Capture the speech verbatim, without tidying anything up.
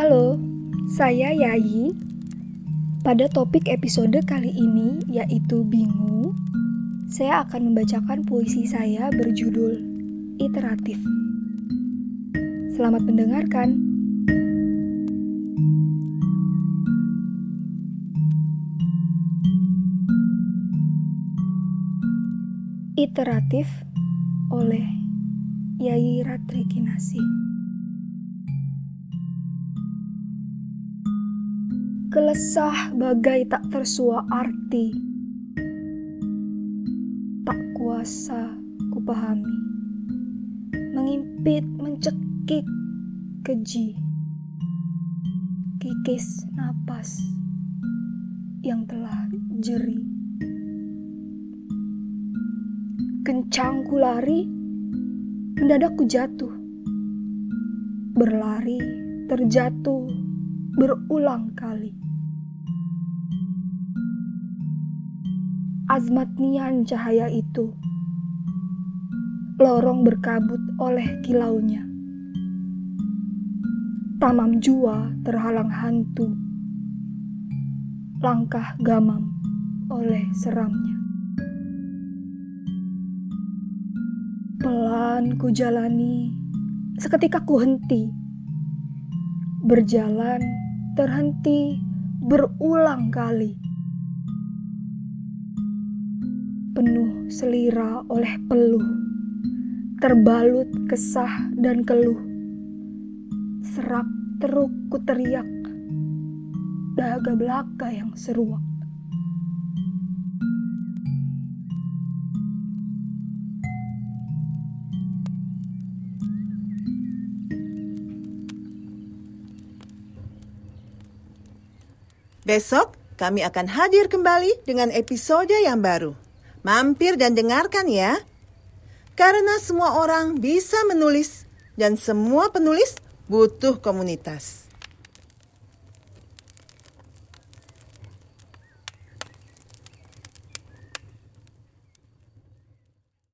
Halo, saya Yayi. Pada topik episode kali ini yaitu bingung, saya akan membacakan puisi saya berjudul Iteratif. Selamat mendengarkan. Iteratif oleh Yayi Ratri Kinasih. Kelesah bagai tak tersua arti, tak kuasa kupahami, mengimpit mencekik keji, kikis napas yang telah jeri. Kencang ku lari, mendadak ku jatuh, berlari terjatuh berulang kali. Azmat nian cahaya itu, lorong berkabut oleh kilaunya. Tamam jua terhalang hantu, langkah gamam oleh seramnya. Pelan ku jalani, seketika ku henti. Berjalan, terhenti, berulang kali. Penuh selira oleh peluh, terbalut kesah dan keluh. Serak teruk ku teriak, dahaga belaka yang seruak. Besok kami akan hadir kembali dengan episode yang baru. Mampir dan dengarkan ya. Karena semua orang bisa menulis dan semua penulis butuh komunitas.